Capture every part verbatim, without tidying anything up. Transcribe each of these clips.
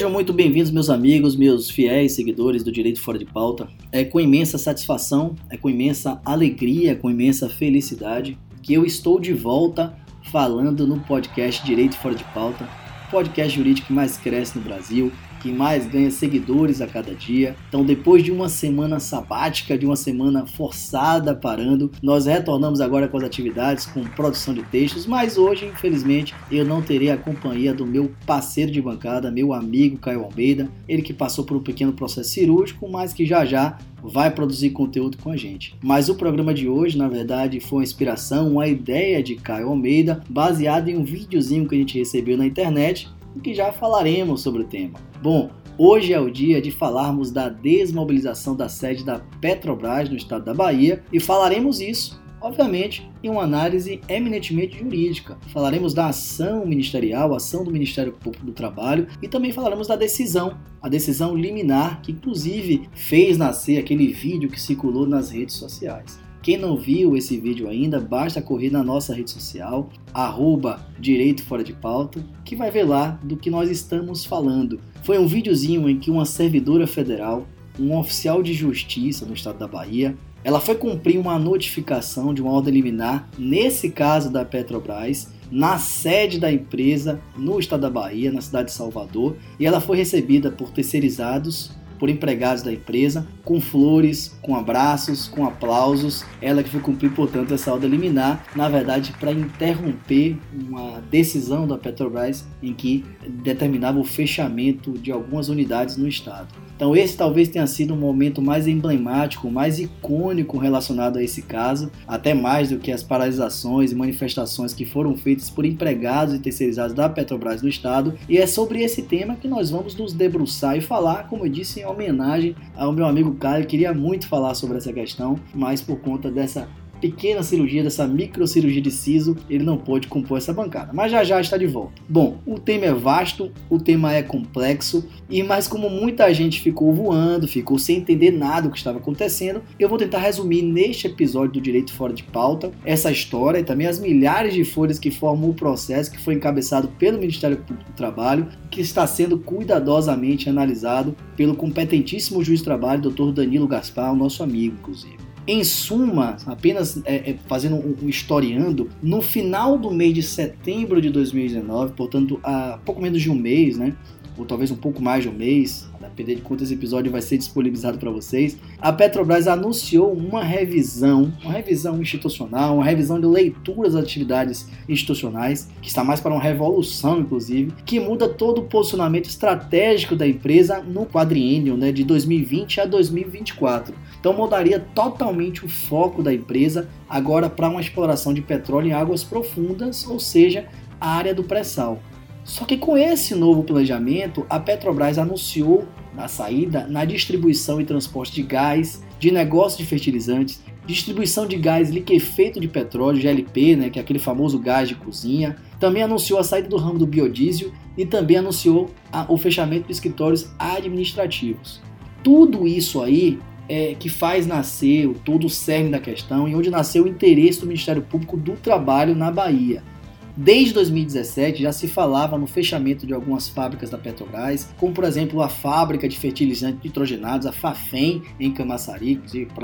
Sejam muito bem-vindos, meus amigos, meus fiéis seguidores do Direito Fora de Pauta. É com imensa satisfação, é com imensa alegria, com imensa felicidade que eu estou de volta falando no podcast Direito Fora de Pauta, podcast jurídico que mais cresce no Brasil, que mais ganha seguidores a cada dia. Então, depois de uma semana sabática, de uma semana forçada parando, nós retornamos agora com as atividades, com produção de textos, mas hoje, infelizmente, eu não terei a companhia do meu parceiro de bancada, meu amigo Caio Almeida, ele que passou por um pequeno processo cirúrgico, mas que já já vai produzir conteúdo com a gente. Mas o programa de hoje, na verdade, foi uma inspiração, uma ideia de Caio Almeida, baseado em um videozinho que a gente recebeu na internet, e que já falaremos sobre o tema. Bom, hoje é o dia de falarmos da desmobilização da sede da Petrobras no estado da Bahia e falaremos isso, obviamente, em uma análise eminentemente jurídica. Falaremos da ação ministerial, a ação do Ministério Público do Trabalho e também falaremos da decisão, a decisão liminar que inclusive fez nascer aquele vídeo que circulou nas redes sociais. Quem não viu esse vídeo ainda, basta correr na nossa rede social, arroba Direito Fora de Pauta, que vai ver lá do que nós estamos falando. Foi um videozinho em que uma servidora federal, um oficial de justiça no estado da Bahia, ela foi cumprir uma notificação de uma ordem liminar, nesse caso da Petrobras, na sede da empresa no estado da Bahia, na cidade de Salvador, e ela foi recebida por terceirizados, por empregados da empresa, com flores, com abraços, com aplausos. Ela que foi cumprir, portanto, essa ordem liminar, na verdade, para interromper uma decisão da Petrobras em que determinava o fechamento de algumas unidades no estado. Então esse talvez tenha sido o momento mais emblemático, mais icônico relacionado a esse caso, até mais do que as paralisações e manifestações que foram feitas por empregados e terceirizados da Petrobras no estado. E é sobre esse tema que nós vamos nos debruçar e falar, como eu disse, em homenagem ao meu amigo Caio. Eu queria muito falar sobre essa questão, mas por conta dessa pequena cirurgia, dessa microcirurgia de siso, ele não pôde compor essa bancada, mas já já está de volta. Bom, o tema é vasto, o tema é complexo, e mas como muita gente ficou voando, ficou sem entender nada do que estava acontecendo, eu vou tentar resumir neste episódio do Direito Fora de Pauta essa história e também as milhares de folhas que formam o processo que foi encabeçado pelo Ministério Público do Trabalho, que está sendo cuidadosamente analisado pelo competentíssimo juiz do trabalho, doutor Danilo Gaspar, nosso amigo, inclusive. Em suma, apenas é, é, fazendo um, um historiando, no final do mês de setembro de dois mil e dezenove, portanto há pouco menos de um mês, né, ou talvez um pouco mais de um mês, a depender de quanto esse episódio vai ser disponibilizado para vocês, a Petrobras anunciou uma revisão, uma revisão institucional, uma revisão de leituras das atividades institucionais, que está mais para uma revolução, inclusive, que muda todo o posicionamento estratégico da empresa no quadriênio, né, de dois mil e vinte a dois mil e vinte e quatro. Então mudaria totalmente o foco da empresa agora para uma exploração de petróleo em águas profundas, ou seja, a área do pré-sal. Só que com esse novo planejamento, a Petrobras anunciou na saída na distribuição e transporte de gás, de negócio de fertilizantes, distribuição de gás liquefeito de petróleo, G L P, né, que é aquele famoso gás de cozinha. Também anunciou a saída do ramo do biodiesel e também anunciou a, o fechamento de escritórios administrativos. Tudo isso aí é que faz nascer o todo o cerne da questão e onde nasceu o interesse do Ministério Público do Trabalho na Bahia. Desde dois mil e dezessete já se falava no fechamento de algumas fábricas da Petrobras, como por exemplo a fábrica de fertilizantes nitrogenados, a Fafem, em Camaçari,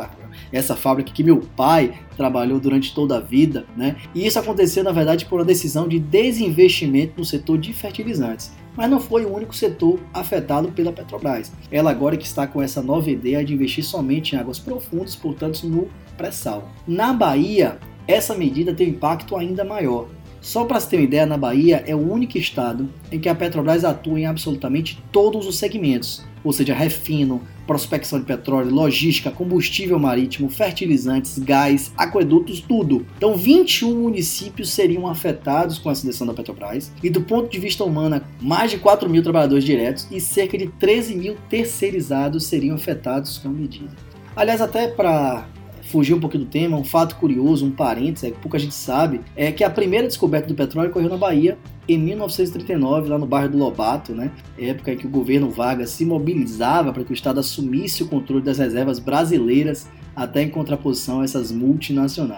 essa fábrica que meu pai trabalhou durante toda a vida, né? E isso aconteceu na verdade por uma decisão de desinvestimento no setor de fertilizantes. Mas não foi o único setor afetado pela Petrobras. Ela agora que está com essa nova ideia de investir somente em águas profundas, portanto no pré-sal. Na Bahia, essa medida tem um impacto ainda maior. Só para se ter uma ideia, na Bahia é o único estado em que a Petrobras atua em absolutamente todos os segmentos, ou seja, refino, prospecção de petróleo, logística, combustível marítimo, fertilizantes, gás, aquedutos, tudo. Então vinte e um municípios seriam afetados com essa decisão da Petrobras e do ponto de vista humano, mais de quatro mil trabalhadores diretos e cerca de treze mil terceirizados seriam afetados com a medida. Aliás, até para fugir um pouquinho do tema, um fato curioso, um parênteses, é que pouca gente sabe, é que a primeira descoberta do petróleo ocorreu na Bahia em mil novecentos e trinta e nove, lá no bairro do Lobato, né? Época em que o governo Vargas se mobilizava para que o Estado assumisse o controle das reservas brasileiras, até em contraposição a essas multinacionais.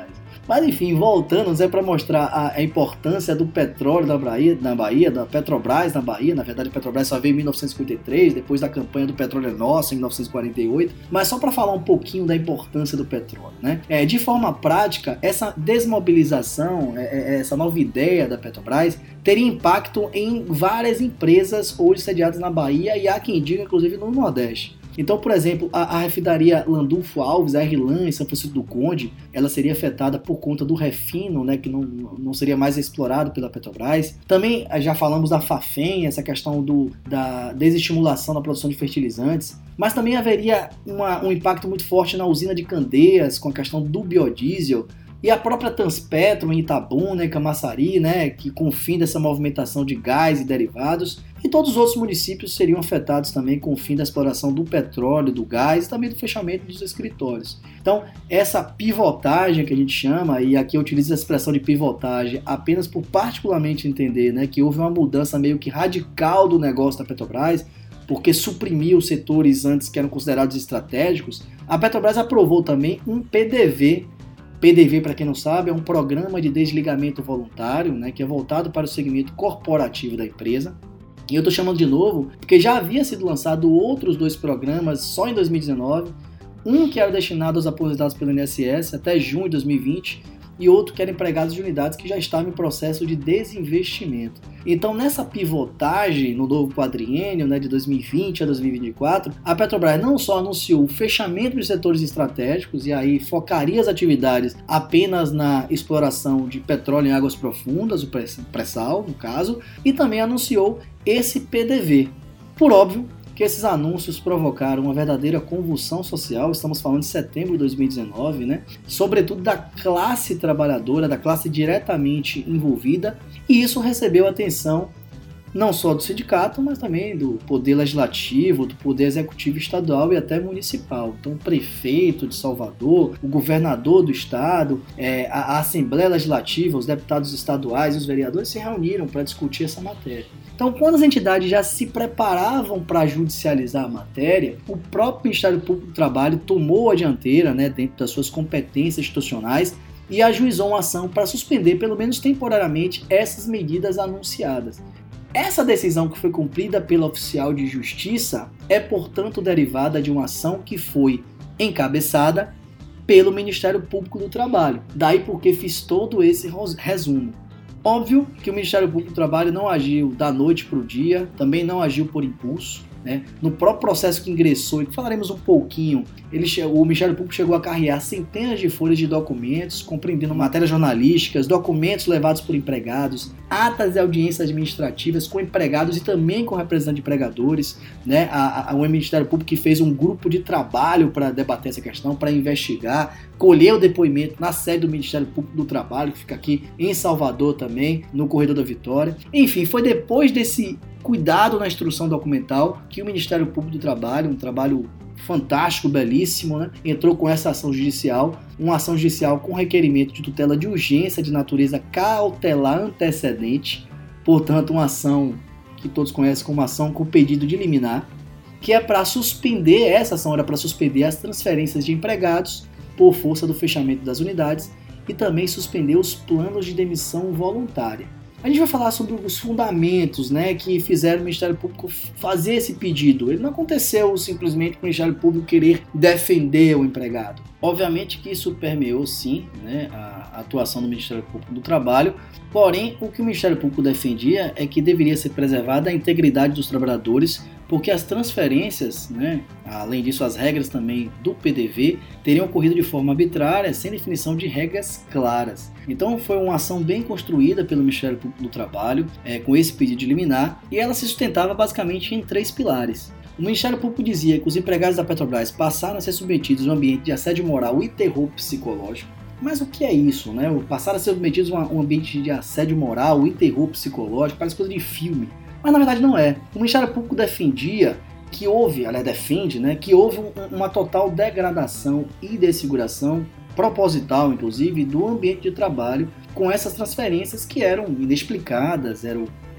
Mas enfim, voltando, é para mostrar a, a importância do petróleo da Bahia, na Bahia, da Petrobras na Bahia. Na verdade, a Petrobras só veio em mil novecentos e cinquenta e três, depois da campanha do Petróleo é Nosso, em mil novecentos e quarenta e oito. Mas só para falar um pouquinho da importância do petróleo, né? É, de forma prática, essa desmobilização, é, é, essa nova ideia da Petrobras, teria impacto em várias empresas hoje sediadas na Bahia e há quem diga, inclusive, no Nordeste. Então, por exemplo, a, a refinaria Landulfo Alves, a R-Lan, em São Francisco do Conde, ela seria afetada por conta do refino, né, que não, não seria mais explorado pela Petrobras. Também já falamos da Fafem, essa questão do, da desestimulação da produção de fertilizantes, mas também haveria uma, um impacto muito forte na usina de Candeias, com a questão do biodiesel, e a própria Transpetro em Itabuna, em Camaçari, né, que com o fim dessa movimentação de gás e derivados, e todos os outros municípios seriam afetados também com o fim da exploração do petróleo, do gás e também do fechamento dos escritórios. Então, essa pivotagem que a gente chama, e aqui eu utilizo a expressão de pivotagem apenas por particularmente entender, né, que houve uma mudança meio que radical do negócio da Petrobras, porque suprimiu os setores antes que eram considerados estratégicos. A Petrobras aprovou também um P D V. P D V, para quem não sabe, é um programa de desligamento voluntário, né, que é voltado para o segmento corporativo da empresa. E eu estou chamando de novo porque já havia sido lançado outros dois programas só em dois mil e dezenove, um que era destinado aos aposentados pelo I N S S até junho de dois mil e vinte e outro que era empregados de unidades que já estavam em processo de desinvestimento. Então, nessa pivotagem no novo quadriênio, né, de dois mil e vinte a dois mil e vinte e quatro, a Petrobras não só anunciou o fechamento de setores estratégicos e aí focaria as atividades apenas na exploração de petróleo em águas profundas, o pré-sal no caso, e também anunciou esse P D V. Por óbvio que esses anúncios provocaram uma verdadeira convulsão social, estamos falando de setembro de dois mil e dezenove, né? Sobretudo da classe trabalhadora, da classe diretamente envolvida, e isso recebeu atenção não só do sindicato, mas também do poder legislativo, do poder executivo estadual e até municipal. Então, o prefeito de Salvador, o governador do estado, é, a, a Assembleia Legislativa, os deputados estaduais e os vereadores se reuniram para discutir essa matéria. Então, quando as entidades já se preparavam para judicializar a matéria, o próprio Ministério Público do Trabalho tomou a dianteira, né, dentro das suas competências institucionais, e ajuizou uma ação para suspender, pelo menos temporariamente, essas medidas anunciadas. Essa decisão, que foi cumprida pelo oficial de justiça, é, portanto, derivada de uma ação que foi encabeçada pelo Ministério Público do Trabalho. Daí porque fiz todo esse resumo. Óbvio que o Ministério Público do Trabalho não agiu da noite para o dia, também não agiu por impulso, né? No próprio processo que ingressou, e que falaremos um pouquinho, ele, o Ministério Público chegou a carregar centenas de folhas de documentos, compreendendo matérias jornalísticas, documentos levados por empregados, atas de audiências administrativas com empregados e também com representantes de empregadores, né? a, a, o Ministério Público que fez um grupo de trabalho para debater essa questão, para investigar, colher o depoimento na sede do Ministério Público do Trabalho, que fica aqui em Salvador também, no Corredor da Vitória. Enfim, foi depois desse cuidado na instrução documental que o Ministério Público do Trabalho, um trabalho fantástico, belíssimo, né, entrou com essa ação judicial, uma ação judicial com requerimento de tutela de urgência de natureza cautelar antecedente, portanto uma ação que todos conhecem como ação com pedido de liminar, que é para suspender, essa ação era para suspender as transferências de empregados por força do fechamento das unidades e também suspender os planos de demissão voluntária. A gente vai falar sobre os fundamentos, né, que fizeram o Ministério Público fazer esse pedido. Ele não aconteceu simplesmente com o Ministério Público querer defender o empregado. Obviamente que isso permeou, sim, né, a atuação do Ministério Público do Trabalho, porém, o que o Ministério Público defendia é que deveria ser preservada a integridade dos trabalhadores, porque as transferências, né, além disso as regras também do P D V, teriam ocorrido de forma arbitrária, sem definição de regras claras. Então foi uma ação bem construída pelo Ministério Público do Trabalho, é, com esse pedido de liminar, e ela se sustentava basicamente em três pilares. O Ministério Público dizia que os empregados da Petrobras passaram a ser submetidos a um ambiente de assédio moral e terror psicológico. Mas o que é isso, né? Passaram a ser submetidos a um ambiente de assédio moral e terror psicológico, parece coisa de filme. Mas na verdade não é. O Ministério Público defendia que houve, aliás, defende, né, que houve um, uma total degradação e desfiguração, proposital inclusive, do ambiente de trabalho com essas transferências que eram inexplicadas, eram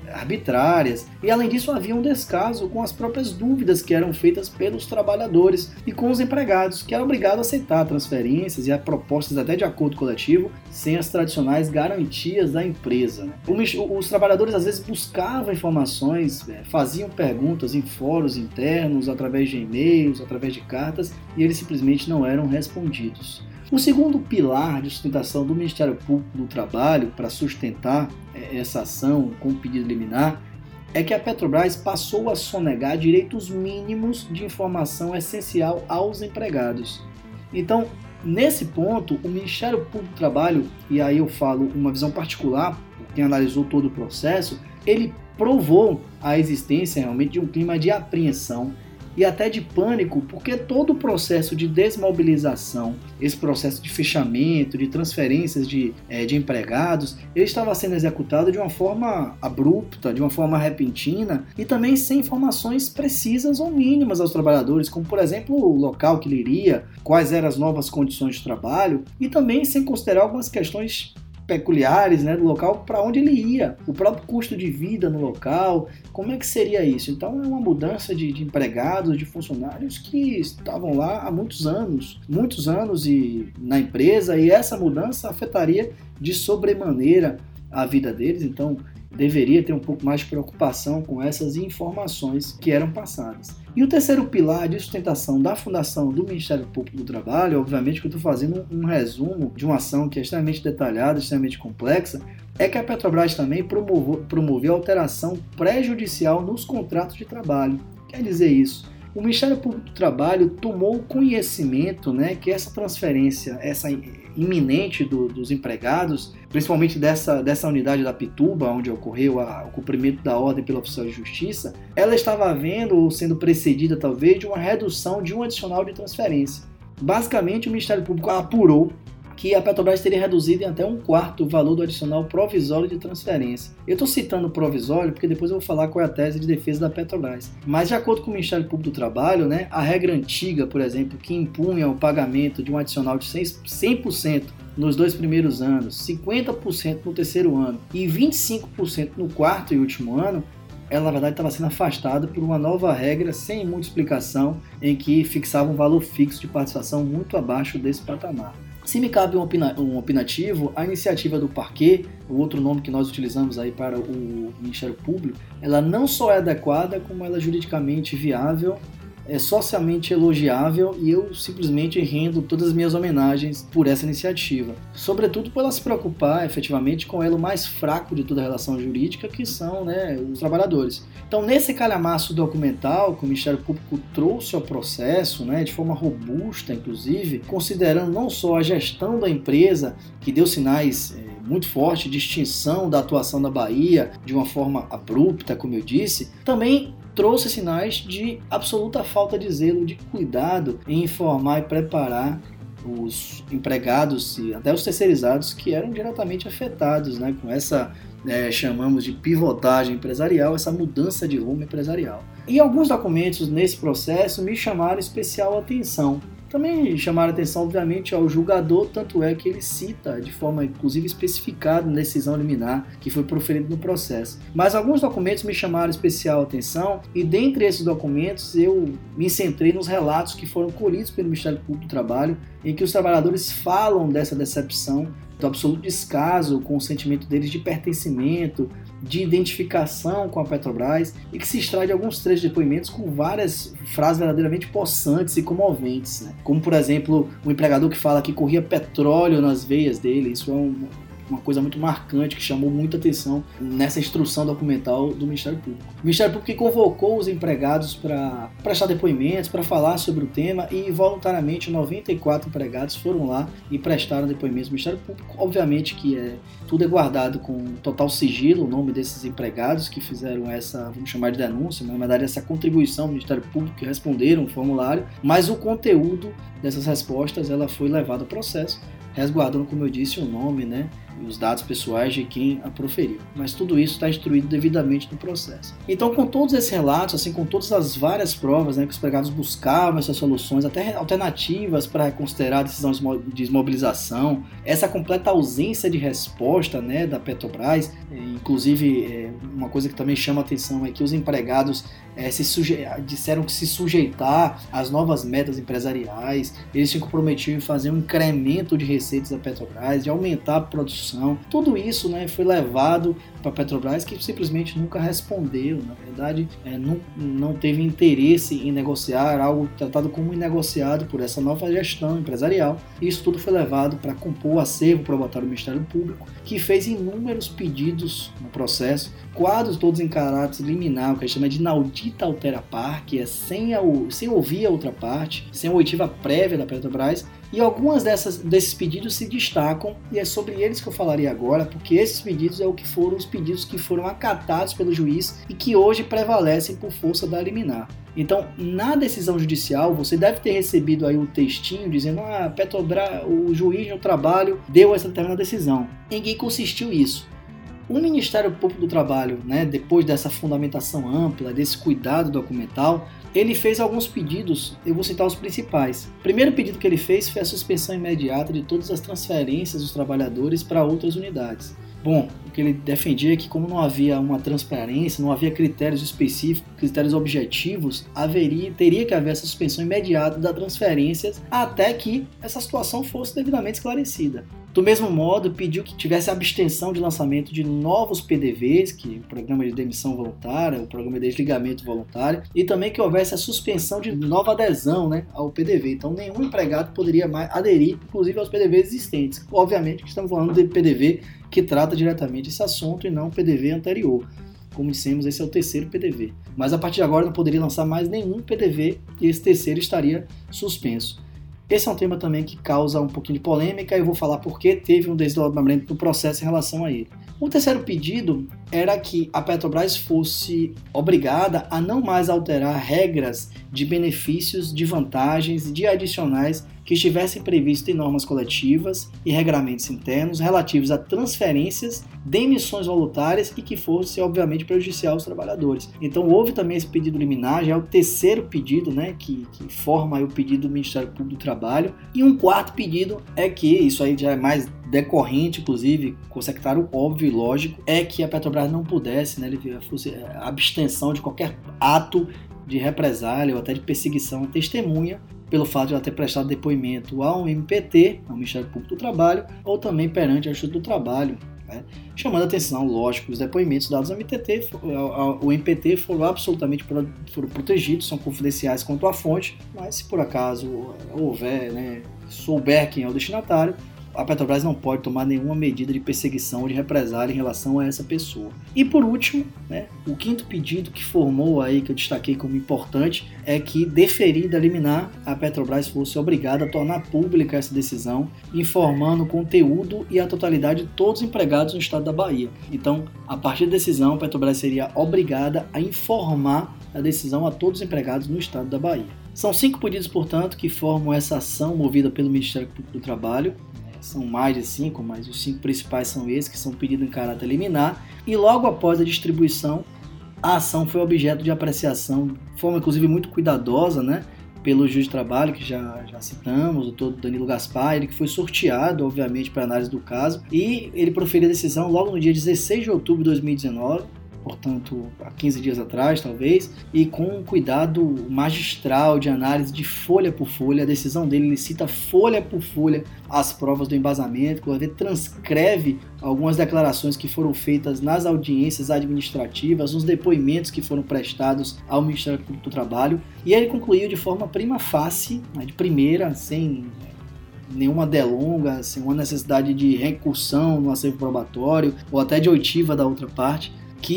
arbitrárias, e além disso havia um descaso com as próprias dúvidas que eram feitas pelos trabalhadores e com os empregados, que eram obrigados a aceitar transferências e a propostas até de acordo coletivo, sem as tradicionais garantias da empresa. Os trabalhadores às vezes buscavam informações, faziam perguntas em fóruns internos, através de e-mails, através de cartas, e eles simplesmente não eram respondidos. O segundo pilar de sustentação do Ministério Público do Trabalho para sustentar essa ação com o pedido liminar é que a Petrobras passou a sonegar direitos mínimos de informação essencial aos empregados. Então, nesse ponto, o Ministério Público do Trabalho, e aí eu falo uma visão particular, quem analisou todo o processo, ele provou a existência realmente de um clima de apreensão e até de pânico, porque todo o processo de desmobilização, esse processo de fechamento, de transferências de, é, de empregados, ele estava sendo executado de uma forma abrupta, de uma forma repentina e também sem informações precisas ou mínimas aos trabalhadores, como por exemplo o local que ele iria, quais eram as novas condições de trabalho e também sem considerar algumas questões peculiares, né, do local para onde ele ia, o próprio custo de vida no local, como é que seria isso? Então é uma mudança de, de empregados, de funcionários que estavam lá há muitos anos, muitos anos e, na empresa, e essa mudança afetaria de sobremaneira a vida deles, então deveria ter um pouco mais de preocupação com essas informações que eram passadas. E o terceiro pilar de sustentação da fundação do Ministério Público do Trabalho, obviamente que eu estou fazendo um resumo de uma ação que é extremamente detalhada, extremamente complexa, é que a Petrobras também promoveu, promoveu alteração prejudicial nos contratos de trabalho. Quer dizer isso? O Ministério Público do Trabalho tomou conhecimento, né, que essa transferência, essa iminente do, dos empregados, principalmente dessa, dessa unidade da Pituba, onde ocorreu a, o cumprimento da ordem pelo oficial de justiça, ela estava havendo ou sendo precedida talvez de uma redução de um adicional de transferência. Basicamente, o Ministério Público apurou que a Petrobras teria reduzido em até um quarto o valor do adicional provisório de transferência. Eu estou citando provisório porque depois eu vou falar qual é a tese de defesa da Petrobras. Mas de acordo com o Ministério Público do Trabalho, né, a regra antiga, por exemplo, que impunha o pagamento de um adicional de cem por cento nos dois primeiros anos, cinquenta por cento no terceiro ano e vinte e cinco por cento no quarto e último ano, ela na verdade estava sendo afastada por uma nova regra sem muita explicação, em que fixava um valor fixo de participação muito abaixo desse patamar. Se me cabe um, opina- um opinativo, a iniciativa do Parquet, o outro nome que nós utilizamos aí para o Ministério Público, ela não só é adequada, como ela é juridicamente viável, é socialmente elogiável, e eu simplesmente rendo todas as minhas homenagens por essa iniciativa. Sobretudo por ela se preocupar efetivamente com o elo mais fraco de toda a relação jurídica, que são, né, os trabalhadores. Então, nesse calhamaço documental que o Ministério Público trouxe ao processo, né, de forma robusta, inclusive, considerando não só a gestão da empresa, que deu sinais é, muito fortes de extinção da atuação da Bahia de uma forma abrupta, como eu disse, também trouxe sinais de absoluta falta de zelo, de cuidado em informar e preparar os empregados e até os terceirizados que eram diretamente afetados, né, com essa, é, chamamos de pivotagem empresarial, essa mudança de rumo empresarial. E alguns documentos nesse processo me chamaram especial atenção. Também chamaram atenção, obviamente, ao julgador, tanto é que ele cita de forma, inclusive, especificada na decisão liminar que foi proferida no processo. Mas alguns documentos me chamaram especial atenção e, dentre esses documentos, eu me centrei nos relatos que foram colhidos pelo Ministério Público do Trabalho, em que os trabalhadores falam dessa decepção, do absoluto descaso com o sentimento deles de pertencimento, de identificação com a Petrobras, e que se extrai de alguns trechos de depoimentos com várias frases verdadeiramente possantes e comoventes, né? Como, por exemplo, um empregador que fala que corria petróleo nas veias dele. Isso é um, uma coisa muito marcante que chamou muita atenção nessa instrução documental do Ministério Público. O Ministério Público que convocou os empregados para prestar depoimentos, para falar sobre o tema, e voluntariamente noventa e quatro empregados foram lá e prestaram depoimentos do Ministério Público. Obviamente que é, tudo é guardado com total sigilo, o nome desses empregados que fizeram essa, vamos chamar de denúncia, na verdade essa contribuição do Ministério Público, que responderam o formulário, mas o conteúdo dessas respostas ela foi levado ao processo, resguardando, como eu disse, o nome, né, e os dados pessoais de quem a proferiu. Mas tudo isso está instruído devidamente no processo. Então, com todos esses relatos, assim, com todas as várias provas, né, que os empregados buscavam essas soluções, até alternativas para reconsiderar a decisão de desmobilização, essa completa ausência de resposta, né, da Petrobras, inclusive é, uma coisa que também chama a atenção é que os empregados é, se suje... disseram que se sujeitar às novas metas empresariais, eles se comprometiam em fazer um incremento de receitas da Petrobras, de aumentar a produção. Tudo isso, né, foi levado para a Petrobras, que simplesmente nunca respondeu, na verdade, é, não, não teve interesse em negociar algo tratado como inegociado por essa nova gestão empresarial. Isso tudo foi levado para compor o acervo probatório do Ministério Público, que fez inúmeros pedidos no processo, quadros todos em caráter liminar, o que a gente chama de inaudita altera par, que é sem, a, sem ouvir a outra parte, sem a oitiva prévia da Petrobras, e algumas dessas, desses pedidos se destacam, e é sobre eles que eu falaria agora, porque esses pedidos é o que foram os pedidos que foram acatados pelo juiz e que hoje prevalecem por força da liminar. Então, na decisão judicial, você deve ter recebido aí um textinho dizendo ah, Petrobras, o juiz no trabalho deu essa determinada decisão. Em que consistiu isso? O Ministério Público do Trabalho, né, depois dessa fundamentação ampla, desse cuidado documental, ele fez alguns pedidos, eu vou citar os principais. O primeiro pedido que ele fez foi a suspensão imediata de todas as transferências dos trabalhadores para outras unidades. Bom, o que ele defendia é que como não havia uma transparência, não havia critérios específicos, critérios objetivos, haveria, teria que haver essa suspensão imediata das transferências até que essa situação fosse devidamente esclarecida. Do mesmo modo, pediu que tivesse abstenção de lançamento de novos P D Vs, que é o Programa de Demissão Voluntária, o Programa de Desligamento Voluntário, e também que houvesse a suspensão de nova adesão, né, ao P D V. Então, nenhum empregado poderia mais aderir, inclusive aos P D Vs existentes. Obviamente que estamos falando de P D V que trata diretamente esse assunto e não o P D V anterior. Como dissemos, esse é o terceiro P D V. Mas a partir de agora não poderia lançar mais nenhum P D V e esse terceiro estaria suspenso. Esse é um tema também que causa um pouquinho de polêmica e eu vou falar porque teve um desdobramento do processo em relação a ele. O terceiro pedido era que a Petrobras fosse obrigada a não mais alterar regras de benefícios, de vantagens e de adicionais que estivessem previstos em normas coletivas e regramentos internos relativos a transferências, demissões voluntárias e que fosse, obviamente, prejudicial aos trabalhadores. Então, houve também esse pedido liminar, já é o terceiro pedido, né, que, que forma aí o pedido do Ministério Público do Trabalho. E um quarto pedido é que, isso aí já é mais decorrente, inclusive, com secretário óbvio e lógico, é que a Petrobras não pudesse, né, ele fosse a abstenção de qualquer ato de represália ou até de perseguição à testemunha, pelo fato de ela ter prestado depoimento ao M P T, ao Ministério Público do Trabalho, ou também perante a Justiça do Trabalho, né? Chamando a atenção, lógico, os depoimentos dados ao M P T, o M P T foram absolutamente foram protegidos, são confidenciais quanto à fonte, mas se por acaso houver, né, souber quem é o destinatário, a Petrobras não pode tomar nenhuma medida de perseguição ou de represália em relação a essa pessoa. E por último, né, o quinto pedido que formou aí, que eu destaquei como importante, é que, deferida a liminar, a Petrobras fosse obrigada a tornar pública essa decisão, informando o conteúdo e a totalidade de todos os empregados no estado da Bahia. Então, a partir da decisão, a Petrobras seria obrigada a informar a decisão a todos os empregados no estado da Bahia. São cinco pedidos, portanto, que formam essa ação movida pelo Ministério Público do Trabalho. São mais de cinco, mas os cinco principais são esses, que são pedidos em caráter liminar. E logo após a distribuição, a ação foi objeto de apreciação, de forma inclusive muito cuidadosa, né, pelo juiz de trabalho, que já, já citamos, o doutor Danilo Gaspar, ele que foi sorteado, obviamente, para análise do caso. E ele proferiu a decisão logo no dia dezesseis de outubro de dois mil e dezenove, portanto, há quinze dias atrás, talvez, e com um cuidado magistral de análise de folha por folha. A decisão dele, ele cita folha por folha as provas do embasamento, inclusive transcreve algumas declarações que foram feitas nas audiências administrativas, nos depoimentos que foram prestados ao Ministério Público do Trabalho, e ele concluiu de forma prima facie, né, de primeira, sem nenhuma delonga, sem uma necessidade de recursão no acervo probatório ou até de oitiva da outra parte, que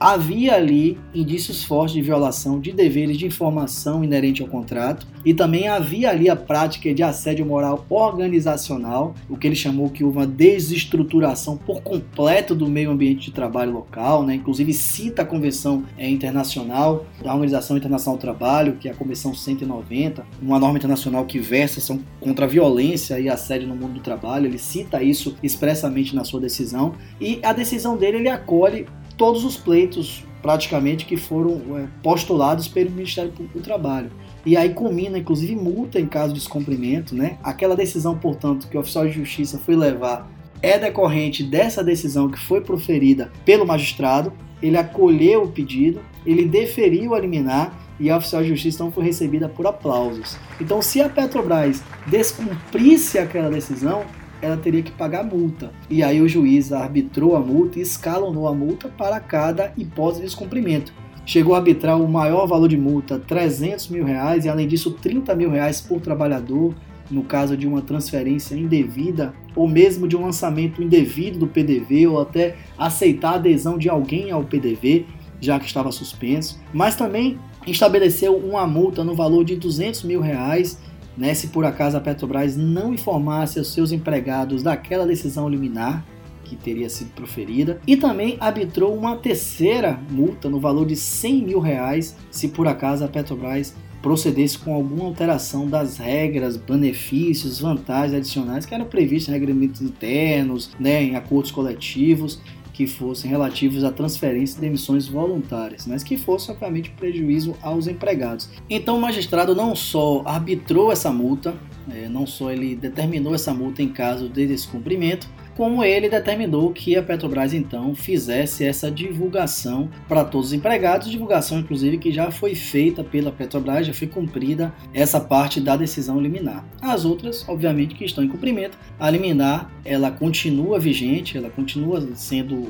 havia ali indícios fortes de violação de deveres de informação inerente ao contrato e também havia ali a prática de assédio moral organizacional, o que ele chamou que houve uma desestruturação por completo do meio ambiente de trabalho local, né? Inclusive cita a Convenção Internacional da Organização Internacional do Trabalho, que é a Convenção cento e noventa, uma norma internacional que versa contra a violência e assédio no mundo do trabalho. Ele cita isso expressamente na sua decisão e a decisão dele ele acolhe todos os pleitos praticamente que foram é, postulados pelo Ministério Público do Trabalho. E aí culmina, inclusive, multa em caso de descumprimento, né? Aquela decisão, portanto, que o oficial de justiça foi levar é decorrente dessa decisão que foi proferida pelo magistrado. Ele acolheu o pedido, ele deferiu a liminar e a oficial de justiça então foi recebida por aplausos. Então, se a Petrobras descumprisse aquela decisão, ela teria que pagar multa. E aí o juiz arbitrou a multa e escalonou a multa para cada hipótese de descumprimento. Chegou a arbitrar o maior valor de multa, trezentos mil reais, e além disso trinta mil reais por trabalhador, no caso de uma transferência indevida, ou mesmo de um lançamento indevido do P D V, ou até aceitar a adesão de alguém ao P D V, já que estava suspenso. Mas também estabeleceu uma multa no valor de duzentos mil reais, né, se por acaso a Petrobras não informasse aos seus empregados daquela decisão liminar que teria sido proferida, e também arbitrou uma terceira multa no valor de cem mil reais se por acaso a Petrobras procedesse com alguma alteração das regras, benefícios, vantagens adicionais que eram previstos em regulamentos internos, né, em acordos coletivos, que fossem relativos à transferência de demissões voluntárias, mas que fosse, obviamente, prejuízo aos empregados. Então o magistrado não só arbitrou essa multa, não só ele determinou essa multa em caso de descumprimento, como ele determinou que a Petrobras então fizesse essa divulgação para todos os empregados, divulgação inclusive que já foi feita pela Petrobras, já foi cumprida essa parte da decisão liminar. As outras, obviamente, que estão em cumprimento, a liminar ela continua vigente, ela continua sendo...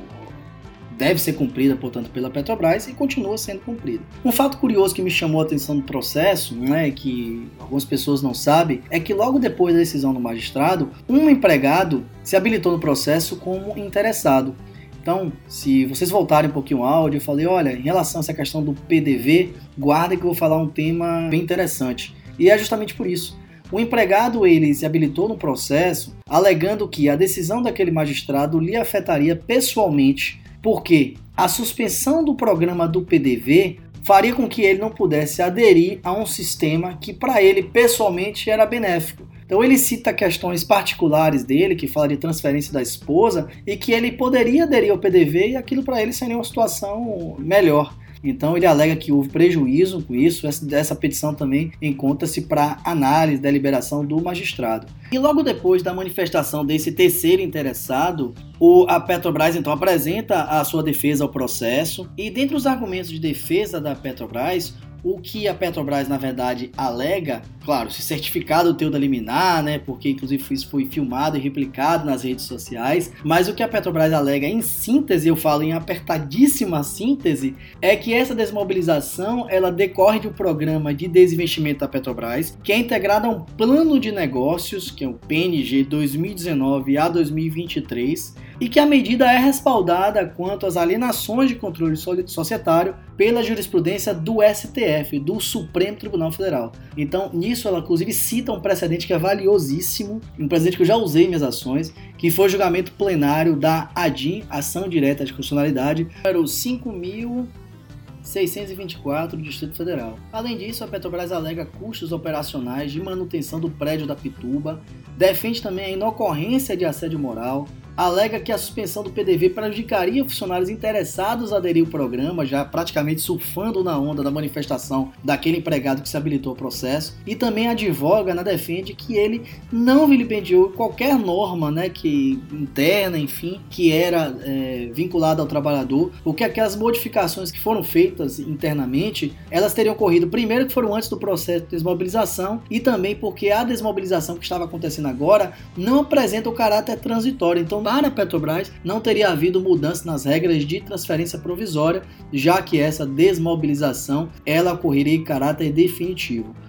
deve ser cumprida, portanto, pela Petrobras e continua sendo cumprida. Um fato curioso que me chamou a atenção no processo, né, que algumas pessoas não sabem, é que logo depois da decisão do magistrado, um empregado se habilitou no processo como interessado. Então, se vocês voltarem um pouquinho ao áudio, eu falei, olha, em relação a essa questão do P D V, guardem que eu vou falar um tema bem interessante. E é justamente por isso. O empregado ele se habilitou no processo alegando que a decisão daquele magistrado lhe afetaria pessoalmente, porque a suspensão do programa do P D V faria com que ele não pudesse aderir a um sistema que para ele pessoalmente era benéfico. Então ele cita questões particulares dele, que fala de transferência da esposa, e que ele poderia aderir ao P D V e aquilo para ele seria uma situação melhor. Então ele alega que houve prejuízo com isso, essa, essa petição também encontra-se para análise da deliberação do magistrado. E logo depois da manifestação desse terceiro interessado, o, a Petrobras então apresenta a sua defesa ao processo, e dentre os argumentos de defesa da Petrobras, o que a Petrobras, na verdade, alega, claro, se certificado o teu da liminar, né, porque inclusive isso foi filmado e replicado nas redes sociais, mas o que a Petrobras alega em síntese, eu falo em apertadíssima síntese, é que essa desmobilização, ela decorre de um programa de desinvestimento da Petrobras, que é integrado a um plano de negócios, que é o P N G dois mil e dezenove a dois mil e vinte e três, e que a medida é respaldada quanto às alienações de controle societário pela jurisprudência do S T F, do Supremo Tribunal Federal. Então, nisso ela inclusive cita um precedente que é valiosíssimo, um precedente que eu já usei em minhas ações, que foi o julgamento plenário da ADIM, Ação Direta de Constitucionalidade, número cinco mil seiscentos e vinte e quatro do Distrito Federal. Além disso, a Petrobras alega custos operacionais de manutenção do prédio da Pituba, defende também a inocorrência de assédio moral, alega que a suspensão do P D V prejudicaria funcionários interessados a aderir ao programa, já praticamente surfando na onda da manifestação daquele empregado que se habilitou ao processo, e também advoga, né, defende que ele não vilipendiou qualquer norma, né, que, interna, enfim, que era é, vinculada ao trabalhador, porque aquelas modificações que foram feitas internamente, elas teriam ocorrido primeiro que foram antes do processo de desmobilização, e também porque a desmobilização que estava acontecendo agora não apresenta o caráter transitório. Então, para a Petrobras, não teria havido mudança nas regras de transferência provisória, já que essa desmobilização ela ocorreria em caráter definitivo.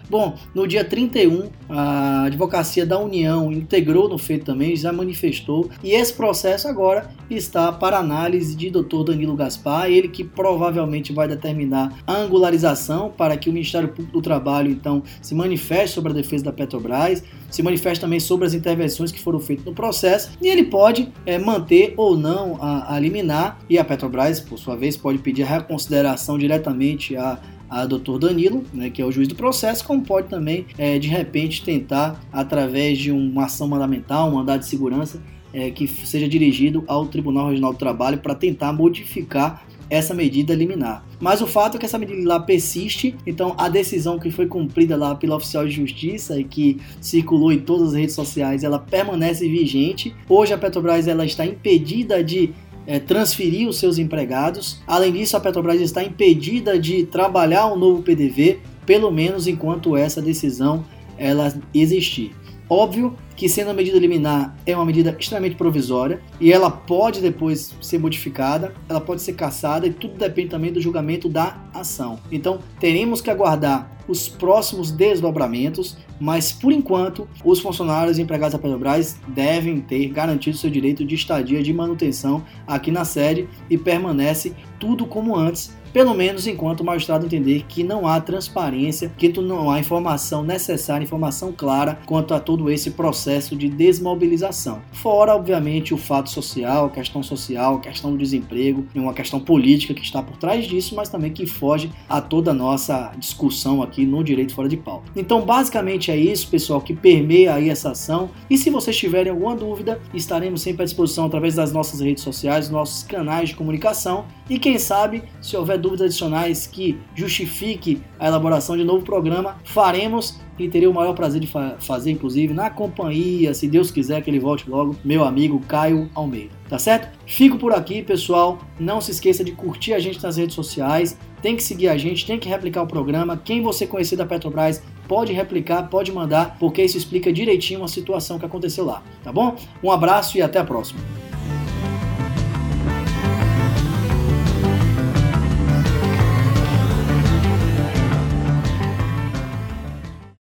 Bom, no dia trinta e um, a Advocacia da União integrou no feito também, já manifestou, e esse processo agora está para análise de doutor Danilo Gaspar, ele que provavelmente vai determinar a angularização para que o Ministério Público do Trabalho, então, se manifeste sobre a defesa da Petrobras, se manifeste também sobre as intervenções que foram feitas no processo, e ele pode é, manter ou não a, a liminar, e a Petrobras, por sua vez, pode pedir a reconsideração diretamente a a doutor Danilo, né, que é o juiz do processo, como pode também, é, de repente, tentar, através de uma ação mandamental, um mandado de segurança, é, que seja dirigido ao Tribunal Regional do Trabalho para tentar modificar essa medida liminar. Mas o fato é que essa medida lá persiste, então a decisão que foi cumprida lá pelo oficial de justiça e que circulou em todas as redes sociais, ela permanece vigente. Hoje a Petrobras ela está impedida de É, transferir os seus empregados. Além disso, a Petrobras está impedida de trabalhar um novo P D V, pelo menos enquanto essa decisão ela existir. Óbvio que, sendo a medida liminar, é uma medida extremamente provisória e ela pode depois ser modificada, ela pode ser cassada e tudo depende também do julgamento da ação. Então, teremos que aguardar os próximos desdobramentos, mas por enquanto os funcionários e empregados da Petrobras devem ter garantido seu direito de estadia de manutenção aqui na sede e permanece tudo como antes, pelo menos enquanto o magistrado entender que não há transparência, que não há informação necessária, informação clara quanto a todo esse processo de desmobilização. Fora, obviamente, o fato social, a questão social, a questão do desemprego, uma questão política que está por trás disso, mas também que foge a toda a nossa discussão aqui no Direito Fora de Pauta. Então, basicamente é isso, pessoal, que permeia aí essa ação. E se vocês tiverem alguma dúvida, estaremos sempre à disposição através das nossas redes sociais, nossos canais de comunicação. E quem sabe, se houver dúvidas adicionais que justifique a elaboração de novo programa, faremos e terei o maior prazer de fa- fazer, inclusive, na companhia, se Deus quiser que ele volte logo, meu amigo Caio Almeida. Tá certo? Fico por aqui, pessoal. Não se esqueça de curtir a gente nas redes sociais, tem que seguir a gente, tem que replicar o programa. Quem você conhecer da Petrobras pode replicar, pode mandar, porque isso explica direitinho a situação que aconteceu lá, tá bom? Um abraço e até a próxima.